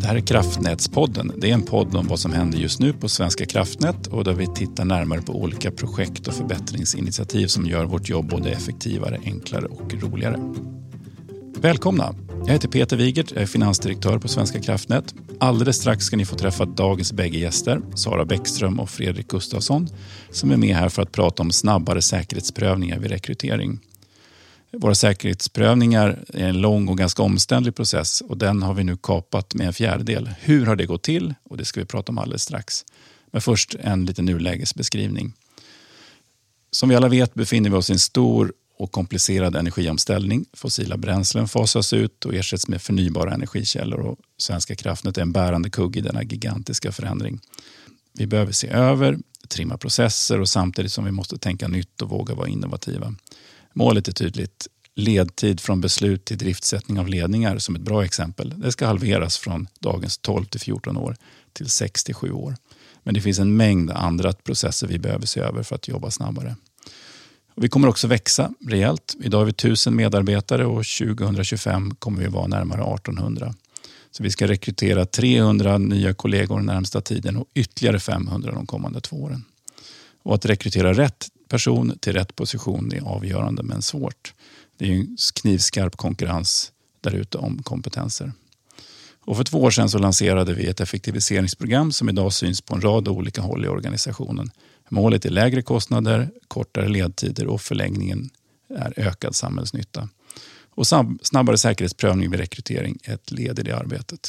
Det här är Kraftnätspodden. Det är en podd om vad som händer just nu på Svenska kraftnät och där vi tittar närmare på olika projekt och förbättringsinitiativ som gör vårt jobb både effektivare, enklare och roligare. Välkomna! Jag heter Peter Wigert, jag är finansdirektör på Svenska kraftnät. Alldeles strax ska ni få träffa dagens bägge gäster, Sara Bäckström och Fredrik Gustafsson, som är med här för att prata om snabbare säkerhetsprövningar vid rekrytering. Våra säkerhetsprövningar är en lång och ganska omständlig process och den har vi nu kapat med en fjärdedel. Hur har det gått till? Och det ska vi prata om alldeles strax. Men först en liten nulägesbeskrivning. Som vi alla vet befinner vi oss i en stor och komplicerad energiomställning. Fossila bränslen fasas ut och ersätts med förnybara energikällor och Svenska kraftnät är en bärande kugg i denna gigantiska förändring. Vi behöver se över, trimma processer och samtidigt som vi måste tänka nytt och våga vara innovativa. Målet är tydligt. Ledtid från beslut till driftsättning av ledningar som ett bra exempel. Det ska halveras från dagens 12 till 14 år till 6 till 7 år. Men det finns en mängd andra processer vi behöver se över för att jobba snabbare. Och vi kommer också växa rejält. Idag är vi 1000 medarbetare och 2025 kommer vi vara närmare 1800. Så vi ska rekrytera 300 nya kollegor närmsta tiden och ytterligare 500 de kommande 2 åren. Och att rekrytera rätt person till rätt position är avgörande men svårt. Det är ju en knivskarp konkurrens där ute om kompetenser. Och för 2 år sedan så lanserade vi ett effektiviseringsprogram som idag syns på en rad olika håll i organisationen. Målet är lägre kostnader, kortare ledtider och förlängningen är ökad samhällsnytta. Och snabbare säkerhetsprövning vid rekrytering är ett led i det arbetet.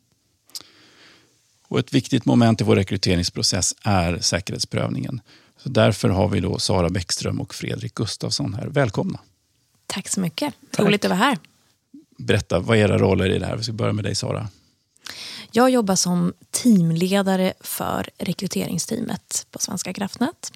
Och ett viktigt moment i vår rekryteringsprocess är säkerhetsprövningen. Så därför har vi då Sara Bäckström och Fredrik Gustafsson här. Välkomna. Tack så mycket. Tack. Roligt att vara här. Berätta, vad är era roller i det här? Vi ska börja med dig, Sara. Jag jobbar som teamledare för rekryteringsteamet på Svenska kraftnät.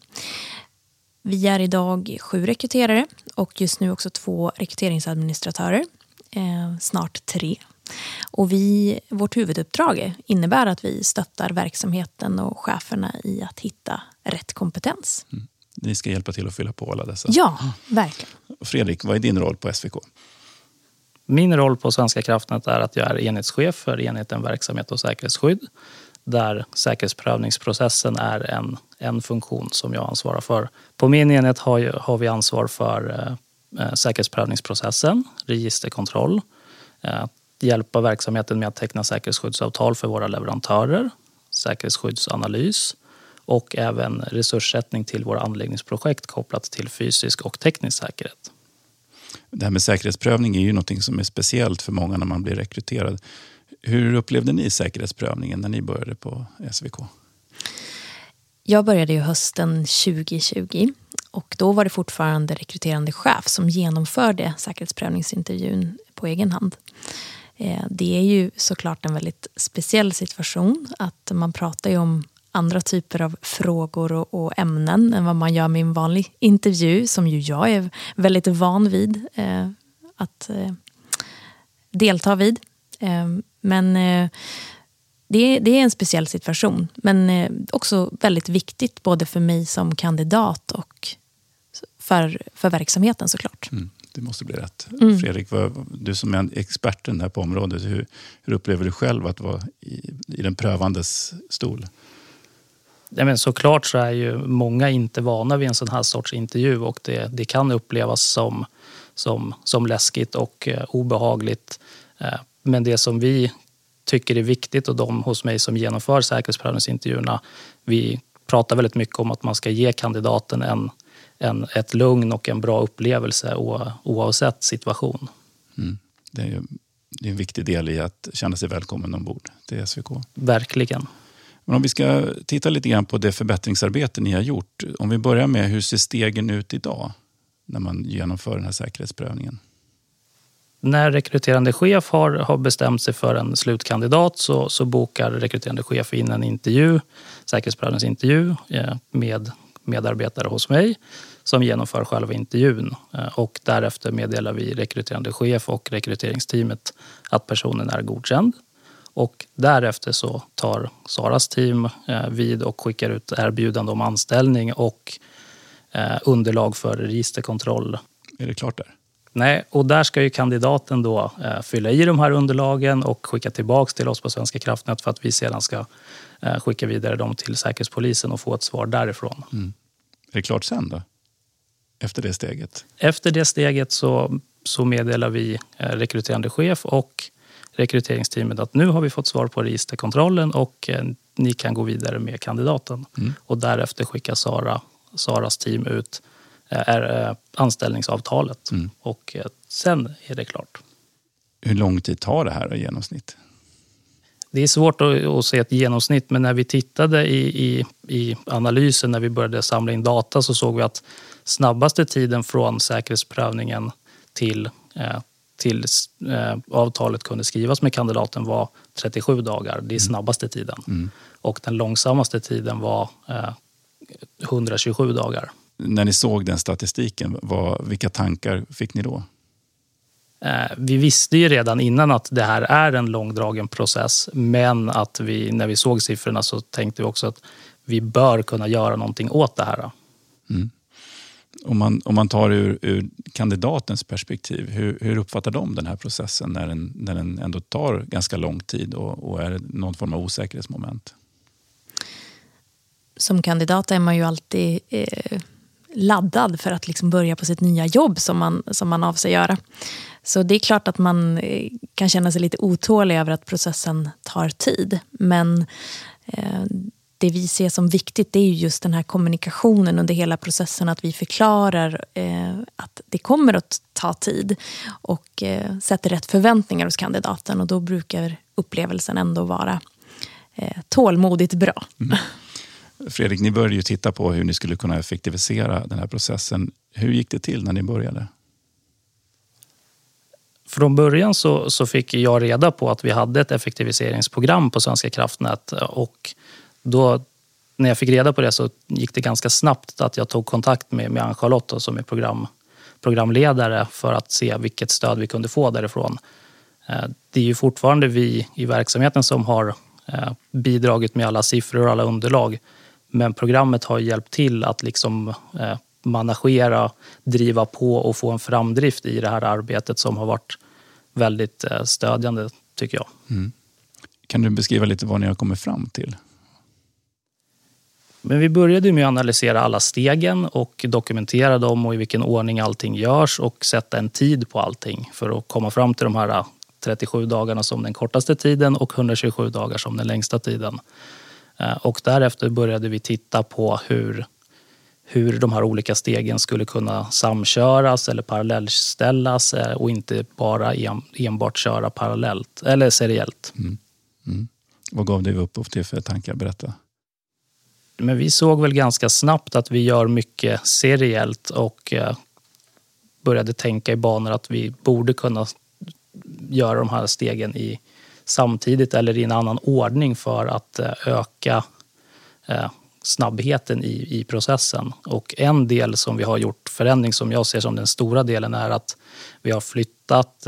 Vi är idag 7 rekryterare och just nu också 2 rekryteringsadministratörer. Snart 3. Och vårt huvuduppdrag innebär att vi stöttar verksamheten och cheferna i att hitta rätt kompetens. Ni ska hjälpa till att fylla på alla dessa. Ja, verkligen. Fredrik, vad är din roll på SVK? Min roll på Svenska kraftnät är att jag är enhetschef för enheten verksamhet och säkerhetsskydd. Där säkerhetsprövningsprocessen är en funktion som jag ansvarar för. På min enhet har vi ansvar för säkerhetsprövningsprocessen, registerkontroll, hjälpa verksamheten med att teckna säkerhetsskyddsavtal för våra leverantörer, säkerhetsskyddsanalys och även resurssättning till våra anläggningsprojekt kopplat till fysisk och teknisk säkerhet. Det här med säkerhetsprövning är ju något som är speciellt för många när man blir rekryterad. Hur upplevde ni säkerhetsprövningen när ni började på SVK? Jag började ju hösten 2020 och då var det fortfarande rekryterande chef som genomförde säkerhetsprövningsintervjun på egen hand. Det är ju såklart en väldigt speciell situation att man pratar ju om andra typer av frågor och ämnen än vad man gör med en vanlig intervju som ju jag är väldigt van vid att delta vid. Men det är en speciell situation men också väldigt viktigt både för mig som kandidat och för verksamheten såklart. Det måste bli rätt. Fredrik, du som är experten här på området, hur upplever du själv att vara i den prövandes stol? Ja, men såklart så är ju många inte vana vid en sån här sorts intervju och det kan upplevas som läskigt och obehagligt. Men det som vi tycker är viktigt och de hos mig som genomför säkerhetsprövningsintervjuerna, vi pratar väldigt mycket om att man ska ge kandidaten ett lugn och en bra upplevelse oavsett situation. Det är en viktig del i att känna sig välkommen ombord till SVK. Verkligen. Men om vi ska titta lite grann på det förbättringsarbete ni har gjort. Om vi börjar med hur ser stegen ut idag när man genomför den här säkerhetsprövningen? När rekryterande chef har bestämt sig för en slutkandidat så bokar rekryterande chef in en intervju, säkerhetsprövningsintervju med medarbetare hos mig som genomför själva intervjun. Och därefter meddelar vi rekryterande chef och rekryteringsteamet att personen är godkänd. Och därefter så tar Saras team vid och skickar ut erbjudande om anställning och underlag för registerkontroll. Är det klart där? Nej, och där ska ju kandidaten då fylla i de här underlagen och skicka tillbaka till oss på Svenska kraftnät för att vi sedan ska skicka vidare dem till Säkerhetspolisen och få ett svar därifrån. Mm. Är det klart sen då? Efter det steget? Efter det steget så meddelar vi rekryterande chef och rekryteringsteamet att nu har vi fått svar på registerkontrollen och ni kan gå vidare med kandidaten. Mm. Och därefter skickar Saras team ut anställningsavtalet. Mm. Och sen är det klart. Hur lång tid tar det här i genomsnitt? Det är svårt att se ett genomsnitt, men när vi tittade i analysen, när vi började samla in data, så såg vi att snabbaste tiden från säkerhetsprövningen till avtalet kunde skrivas med kandidaten var 37 dagar. Det är snabbaste tiden. Mm. Och den långsammaste tiden var 127 dagar. När ni såg den statistiken, vilka tankar fick ni då? Vi visste ju redan innan att det här är en långdragen process, men att när vi såg siffrorna så tänkte vi också att vi bör kunna göra någonting åt det här. Mm. Om man tar ur kandidatens perspektiv, hur uppfattar de den här processen när den ändå tar ganska lång tid och är någon form av osäkerhetsmoment? Som kandidat är man ju alltid laddad för att liksom börja på sitt nya jobb som man avser göra. Så det är klart att man kan känna sig lite otålig över att processen tar tid. Men det vi ser som viktigt, det är ju just den här kommunikationen under hela processen. Att vi förklarar att det kommer att ta tid och sätter rätt förväntningar hos kandidaten. Och då brukar upplevelsen ändå vara tålmodigt bra. Mm. Fredrik, ni började ju titta på hur ni skulle kunna effektivisera den här processen. Hur gick det till när ni började? Från början så fick jag reda på att vi hade ett effektiviseringsprogram på Svenska kraftnät, och då när jag fick reda på det så gick det ganska snabbt att jag tog kontakt med Ann-Charlotte som är programledare för att se vilket stöd vi kunde få därifrån. Det är ju fortfarande vi i verksamheten som har bidragit med alla siffror och alla underlag, men programmet har hjälpt till att liksom managera, driva på och få en framdrift i det här arbetet som har varit väldigt stödjande, tycker jag. Mm. Kan du beskriva lite vad ni har kommit fram till? Men vi började med att analysera alla stegen och dokumentera dem och i vilken ordning allting görs och sätta en tid på allting för att komma fram till de här 37 dagarna som den kortaste tiden och 127 dagar som den längsta tiden. Och därefter började vi titta på hur de här olika stegen skulle kunna samköras eller parallellställas och inte bara enbart köra parallellt eller seriellt. Mm. Mm. Vad gav det upphov till för tankar? Berätta. Men vi såg väl ganska snabbt att vi gör mycket seriellt och började tänka i banor att vi borde kunna göra de här stegen samtidigt eller i en annan ordning för att öka snabbheten i processen. Och en del som vi har gjort förändring som jag ser som den stora delen är att vi har flyttat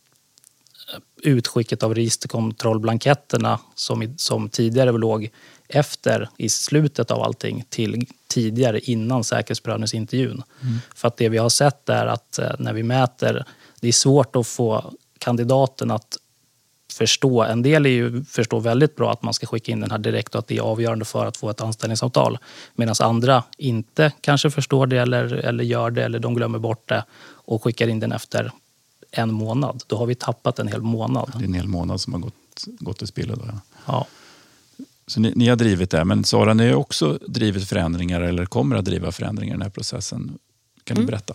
utskicket av registerkontrollblanketterna som tidigare låg efter i slutet av allting till tidigare innan säkerhetsprövningsintervjun. Mm. För att det vi har sett är att när vi mäter, det är svårt att få kandidaten att förstå. En del är ju förstår väldigt bra att man ska skicka in den här direkt och att det är avgörande för att få ett anställningsavtal. Medan andra inte kanske förstår det eller gör det eller de glömmer bort det och skickar in den efter en månad. Då har vi tappat en hel månad. Det är en hel månad som har gått till spillo då. Ja. Så ni har drivit det. Men Sara, ni har också drivit förändringar eller kommer att driva förändringar i den här processen. Kan du berätta?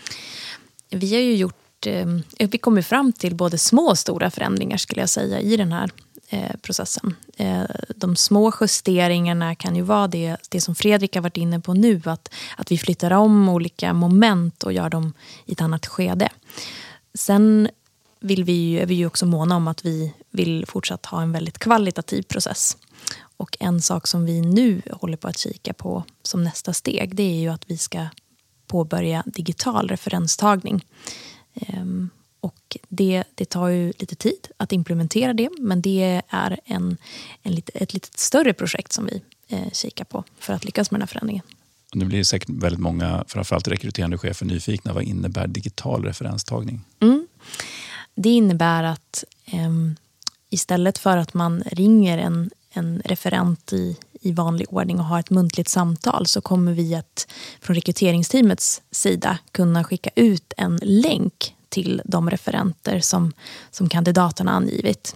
Vi har ju gjort vi kommer fram till både små och stora förändringar skulle jag säga i den här processen. De små justeringarna kan ju vara det som Fredrik har varit inne på nu, att vi flyttar om olika moment och gör dem i ett annat skede. Sen är vi ju också måna om att vi vill fortsatt ha en väldigt kvalitativ process. Och en sak som vi nu håller på att kika på som nästa steg, det är ju att vi ska påbörja digital referenstagning. Och det tar ju lite tid att implementera det, men det är ett lite större projekt som vi kikar på för att lyckas med den här förändringen. Nu blir det säkert väldigt många, framförallt rekryterande chefer, nyfikna. Vad innebär digital referenstagning? Det innebär att istället för att man ringer en referent i vanlig ordning och har ett muntligt samtal, så kommer vi att från rekryteringsteamets sida kunna skicka ut en länk till de referenter som kandidaterna angivit.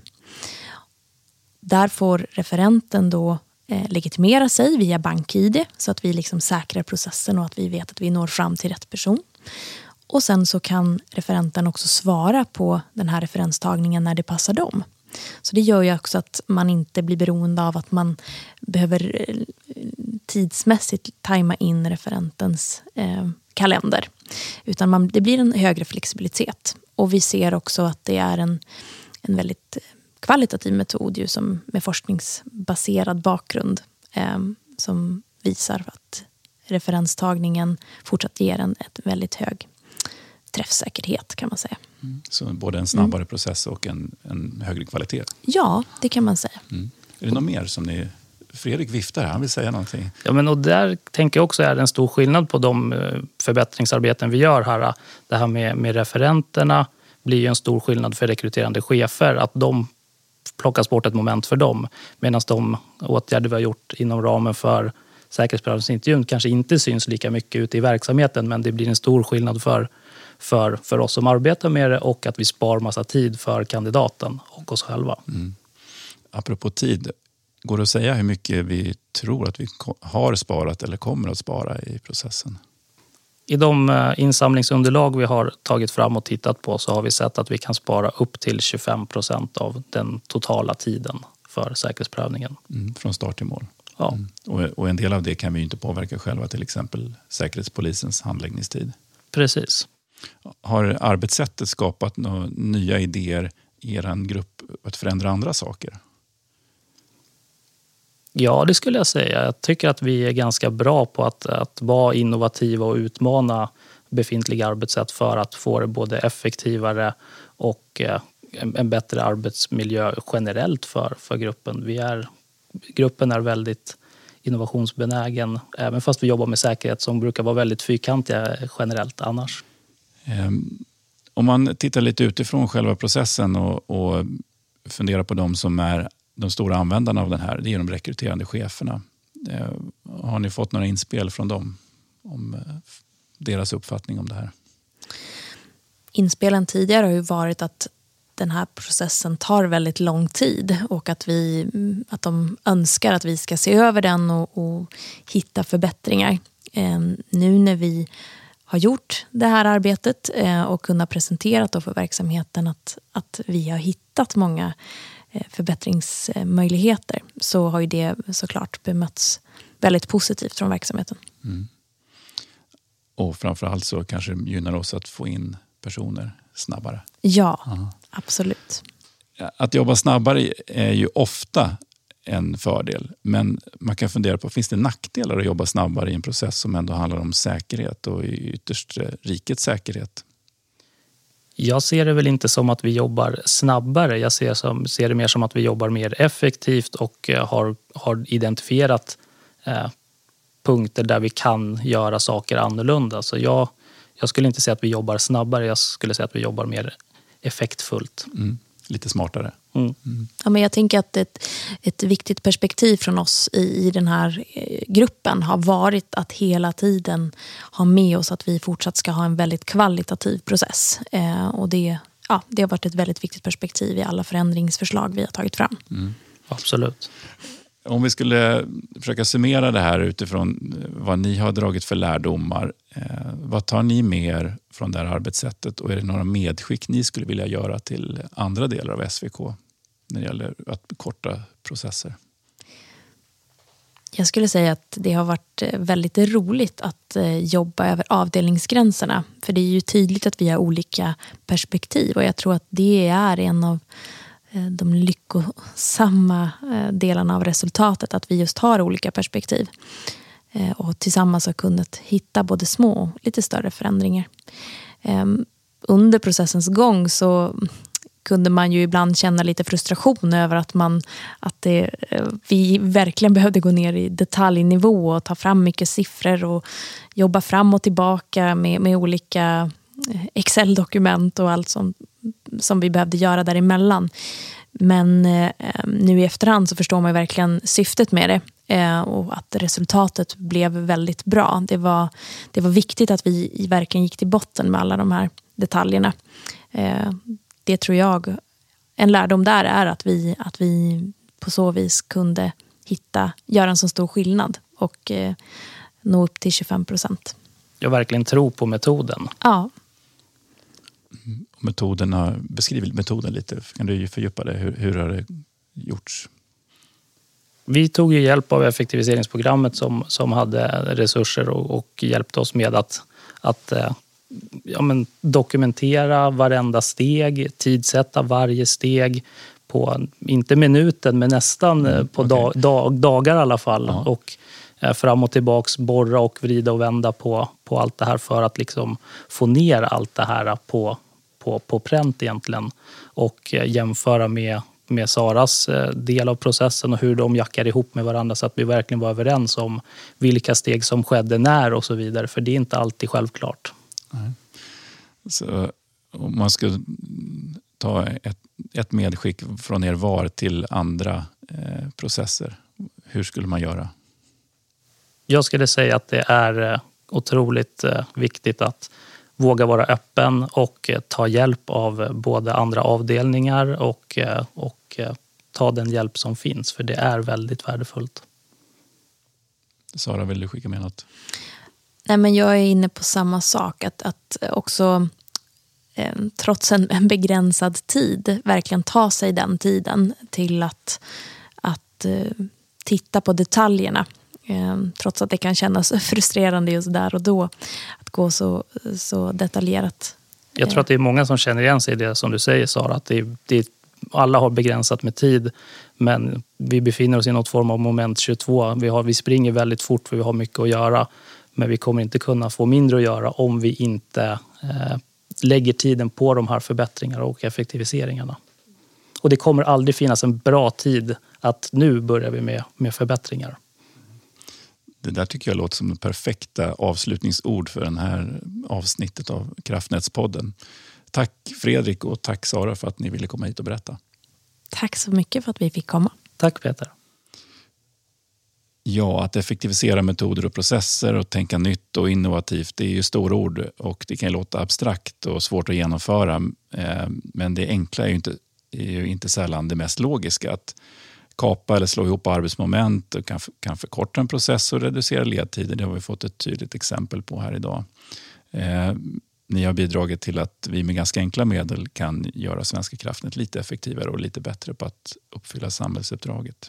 Där får referenten då legitimera sig via BankID så att vi liksom säkrar processen och att vi vet att vi når fram till rätt person. Och sen så kan referenten också svara på den här referenstagningen när det passar dem. Så det gör ju också att man inte blir beroende av att man behöver tidsmässigt tajma in referentens kalender. Utan det blir en högre flexibilitet. Och vi ser också att det är en väldigt kvalitativ metod ju, som med forskningsbaserad bakgrund som visar att referenstagningen fortsatt ger en ett väldigt hög träffsäkerhet, kan man säga. Så både en snabbare process och en högre kvalitet? Ja, det kan man säga. Är det något mer som ni... Fredrik viftar här, han vill säga någonting. Ja, men och där tänker jag också är en stor skillnad på de förbättringsarbeten vi gör här. Det här med referenterna blir ju en stor skillnad för rekryterande chefer, att de plockas bort ett moment för dem. Medan de åtgärder vi har gjort inom ramen för säkerhetsprövningsintervjun kanske inte syns lika mycket ute i verksamheten, men det blir en stor skillnad för oss som arbetar med det, och att vi spar massa tid för kandidaten och oss själva. Apropå tid, går det att säga hur mycket vi tror att vi har sparat eller kommer att spara i processen? I de insamlingsunderlag vi har tagit fram och tittat på så har vi sett att vi kan spara upp till 25% av den totala tiden för säkerhetsprövningen. Från start till mål. Ja. Och en del av det kan vi ju inte påverka själva, till exempel Säkerhetspolisens handläggningstid. Precis. Har arbetssättet skapat några nya idéer i er grupp att förändra andra saker? Ja, det skulle jag säga. Jag tycker att vi är ganska bra på att vara innovativa och utmana befintliga arbetssätt för att få det både effektivare och en bättre arbetsmiljö generellt för gruppen. Gruppen är väldigt innovationsbenägen, även fast vi jobbar med säkerhet som brukar vara väldigt fyrkantiga generellt annars. Om man tittar lite utifrån själva processen och funderar på de som är de stora användarna av den här, det är de rekryterande cheferna. Har ni fått några inspel från dem om deras uppfattning om det här? Inspelen tidigare har ju varit att den här processen tar väldigt lång tid och att de önskar att vi ska se över den och hitta förbättringar. Nu när vi har gjort det här arbetet och kunnat presentera för verksamheten att vi har hittat många förbättringsmöjligheter, så har ju det såklart bemötts väldigt positivt från verksamheten. Och framförallt så kanske det gynnar oss att få in personer snabbare. Ja, absolut. Att jobba snabbare är ju ofta en fördel, men man kan fundera på, finns det nackdelar att jobba snabbare i en process som ändå handlar om säkerhet och ytterst rikets säkerhet? Jag ser det väl inte som att vi jobbar snabbare. Jag ser det mer som att vi jobbar mer effektivt och har identifierat punkter där vi kan göra saker annorlunda. Så jag skulle inte säga att vi jobbar snabbare. Jag skulle säga att vi jobbar mer effektfullt. Lite smartare. Ja, men jag tänker att ett viktigt perspektiv från oss i den här gruppen har varit att hela tiden ha med oss att vi fortsatt ska ha en väldigt kvalitativ process. Och det har varit ett väldigt viktigt perspektiv i alla förändringsförslag vi har tagit fram. Absolut. Om vi skulle försöka summera det här utifrån vad ni har dragit för lärdomar, vad tar ni med er från det här arbetssättet, och är det några medskick ni skulle vilja göra till andra delar av SVK när det gäller att korta processer? Jag skulle säga att det har varit väldigt roligt att jobba över avdelningsgränserna, för det är ju tydligt att vi har olika perspektiv, och jag tror att det är en av de lyckosamma delarna av resultatet, att vi just har olika perspektiv och tillsammans har kunnat hitta både små och lite större förändringar. Under processens gång så kunde man ju ibland känna lite frustration över vi verkligen behövde gå ner i detaljnivå och ta fram mycket siffror och jobba fram och tillbaka med olika Excel-dokument och allt som vi behövde göra däremellan. Men nu i efterhand så förstår man ju verkligen syftet med det och att resultatet blev väldigt bra. Det var viktigt att vi verkligen gick till botten med alla de här detaljerna. Det tror jag, en lärdom där är att vi på så vis kunde göra en så stor skillnad och nå upp till 25%. Jag verkligen tror på metoden. Ja. Beskriv metoden lite. Kan du fördjupa det? Hur har det gjorts? Vi tog ju hjälp av effektiviseringsprogrammet som hade resurser och hjälpte oss med att dokumentera varenda steg, tidsätta varje steg på, inte minuten, men nästan på dagar i alla fall. Ja. Och fram och tillbaks borra och vrida och vända på allt det här för att liksom få ner allt det här på pränt egentligen och jämföra med Saras del av processen och hur de jackar ihop med varandra så att vi verkligen var överens om vilka steg som skedde när och så vidare, för det är inte alltid självklart. Nej. Så om man ska ta ett medskick från er var till andra processer, hur skulle man göra? Jag skulle säga att det är otroligt viktigt att våga vara öppen och ta hjälp av både andra avdelningar och ta den hjälp som finns, för det är väldigt värdefullt. Sara, vill du skicka med något? Nej, men jag är inne på samma sak, att också trots en begränsad tid verkligen ta sig den tiden till att titta på detaljerna. Trots att det kan kännas frustrerande just där och då att gå så detaljerat. Jag tror att det är många som känner igen sig i det som du säger, Sara, att alla har begränsat med tid, men vi befinner oss i något form av moment 22. Vi springer väldigt fort för vi har mycket att göra, men vi kommer inte kunna få mindre att göra om vi inte lägger tiden på de här förbättringarna och effektiviseringarna. Och det kommer aldrig finnas en bra tid att nu börjar vi med förbättringar. Det där tycker jag låter som det perfekta avslutningsord för den här avsnittet av Kraftnätspodden. Tack Fredrik och tack Sara för att ni ville komma hit och berätta. Tack så mycket för att vi fick komma. Tack Peter. Ja, att effektivisera metoder och processer och tänka nytt och innovativt, det är ju stora ord och det kan låta abstrakt och svårt att genomföra. Men det enkla är ju inte sällan det mest logiska. Att kapa eller slå ihop arbetsmoment och kan förkorta en process och reducera ledtider. Det har vi fått ett tydligt exempel på här idag. Ni har bidragit till att vi med ganska enkla medel kan göra Svenska kraftnät lite effektivare och lite bättre på att uppfylla samhällsuppdraget.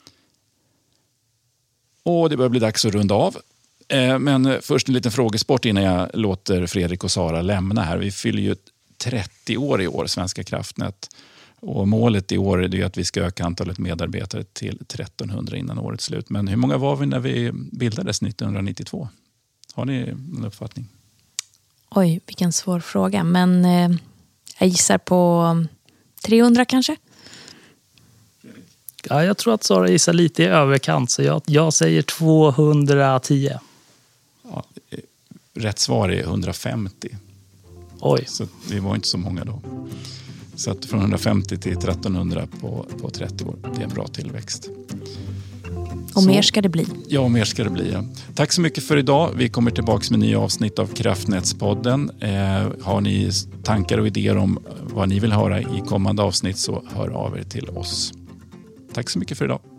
Och det börjar bli dags att runda av. Men först en liten frågesport innan jag låter Fredrik och Sara lämna här. Vi fyller ju 30 år i år, Svenska kraftnät. Och målet i år är det att vi ska öka antalet medarbetare till 1300 innan årets slut. Men hur många var vi när vi bildades 1992? Har ni en uppfattning? Oj, vilken svår fråga. Men jag gissar på 300 kanske? Ja, jag tror att Sara gissar lite i överkant, så jag säger 210. Ja, rätt svar är 150. Oj. Så det var inte så många då. Så att från 150 till 1300 på 30 år, det är en bra tillväxt. Och mer ska det bli. Ja, mer ska det bli. Ja. Tack så mycket för idag. Vi kommer tillbaka med nya avsnitt av Kraftnätspodden. Har ni tankar och idéer om vad ni vill höra i kommande avsnitt så hör av er till oss. Tack så mycket för idag.